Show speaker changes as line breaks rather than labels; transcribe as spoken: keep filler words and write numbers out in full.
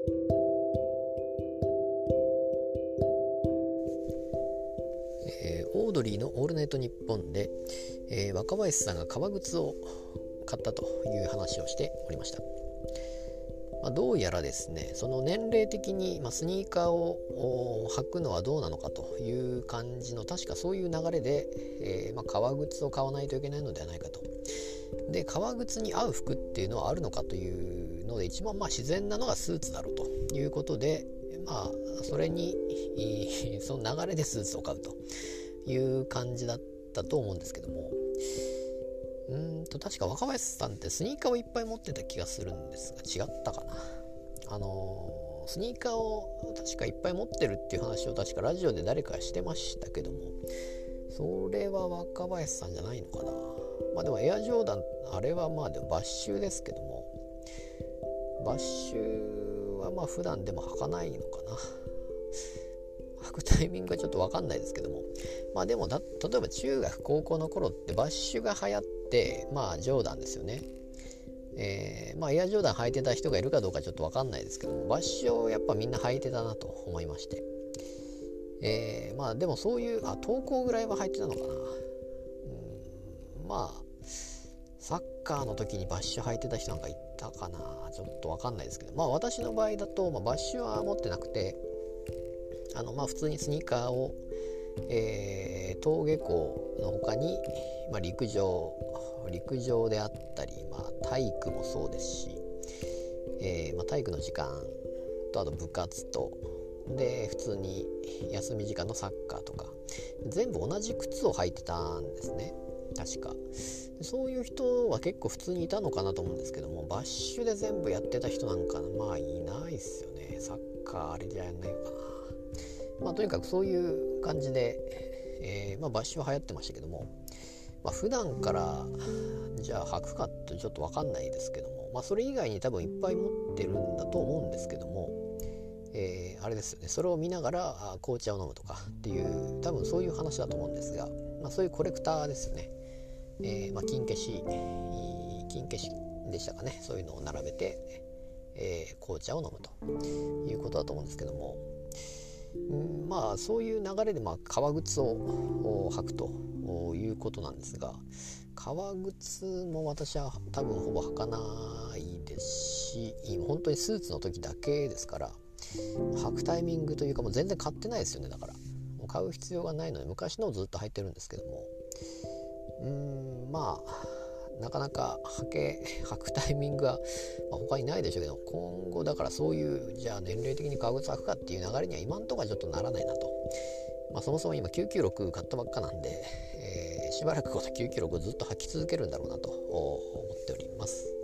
えー、オードリーのオールナイトニッポンで、えー、若林さんが革靴を買ったという話をしておりました。まあ、どうやらですね、その年齢的に、まあ、スニーカーを履くのはどうなのかという感じの、確かそういう流れで、えーまあ、革靴を買わないといけないのではないかと。で、革靴に合う服っていうのはあるのかというので、一番まあ自然なのがスーツだろうということで、まあそれにその流れでスーツを買うという感じだったと思うんですけども、うーんと確か若林さんってスニーカーをいっぱい持ってた気がするんですが、違ったかな。あのー、スニーカーを確かいっぱい持ってるっていう話を確かラジオで誰かしてましたけども、それは若林さんじゃないのかな。まあでもエアジョーダン、あれはまあでもバッシュですけども、バッシュはまあ普段でも履かないのかな。履くタイミングはちょっと分かんないですけども、まあでもだ例えば中学高校の頃ってバッシュが流行って、まあジョーダンですよね。えー、まあエアジョーダン履いてた人がいるかどうかちょっと分かんないですけども、バッシュをやっぱみんな履いてたなと思いまして、えー、まあでもそういうあ登校ぐらいは履いてたのかな。うん、まあサッカーの時にバッシュ履いてた人なんかいたかな、ちょっと分かんないですけど、まあ私の場合だと、まあ、バッシュは持ってなくて、あのまあ普通にスニーカーを、えー、登下校の他に、まあ、陸上陸上であったり、まあ、体育もそうですし、えーまあ、体育の時間とあと部活とで普通に休み時間のサッカーとか全部同じ靴を履いてたんですね、確か。そういう人は結構普通にいたのかなと思うんですけども、バッシュで全部やってた人なんかまあいないっすよね。サッカーあれじゃやんないのかな。まあとにかくそういう感じで、えーまあ、バッシュは流行ってましたけども、まあ、普段からじゃあ履くかってちょっと分かんないですけども、まあそれ以外に多分いっぱい持ってるんだと思うんですけども、えー、あれですよね、それを見ながら紅茶を飲むとかっていう多分そういう話だと思うんですが、まあ、そういうコレクターですよね。えーまあ、金消し金消しでしたかね、そういうのを並べて、えー、紅茶を飲むということだと思うんですけども、んまあそういう流れで、まあ、革靴を履くということなんですが、革靴も私は多分ほぼ履かないですし、本当にスーツの時だけですから、履くタイミングというかもう全然買ってないですよね。だからもう買う必要がないので昔のをずっと履いてるんですけども、うーんまあなかなか履け履くタイミングが、まあ、他にないでしょうけど、今後だからそういうじゃあ年齢的に革靴履くかっていう流れには今んとこはちょっとならないなと。まあ、そもそも今きゅうきゅうろく買ったばっかなんで、えー、しばらくこのきゅうきゅうろくをずっと履き続けるんだろうなと思っております。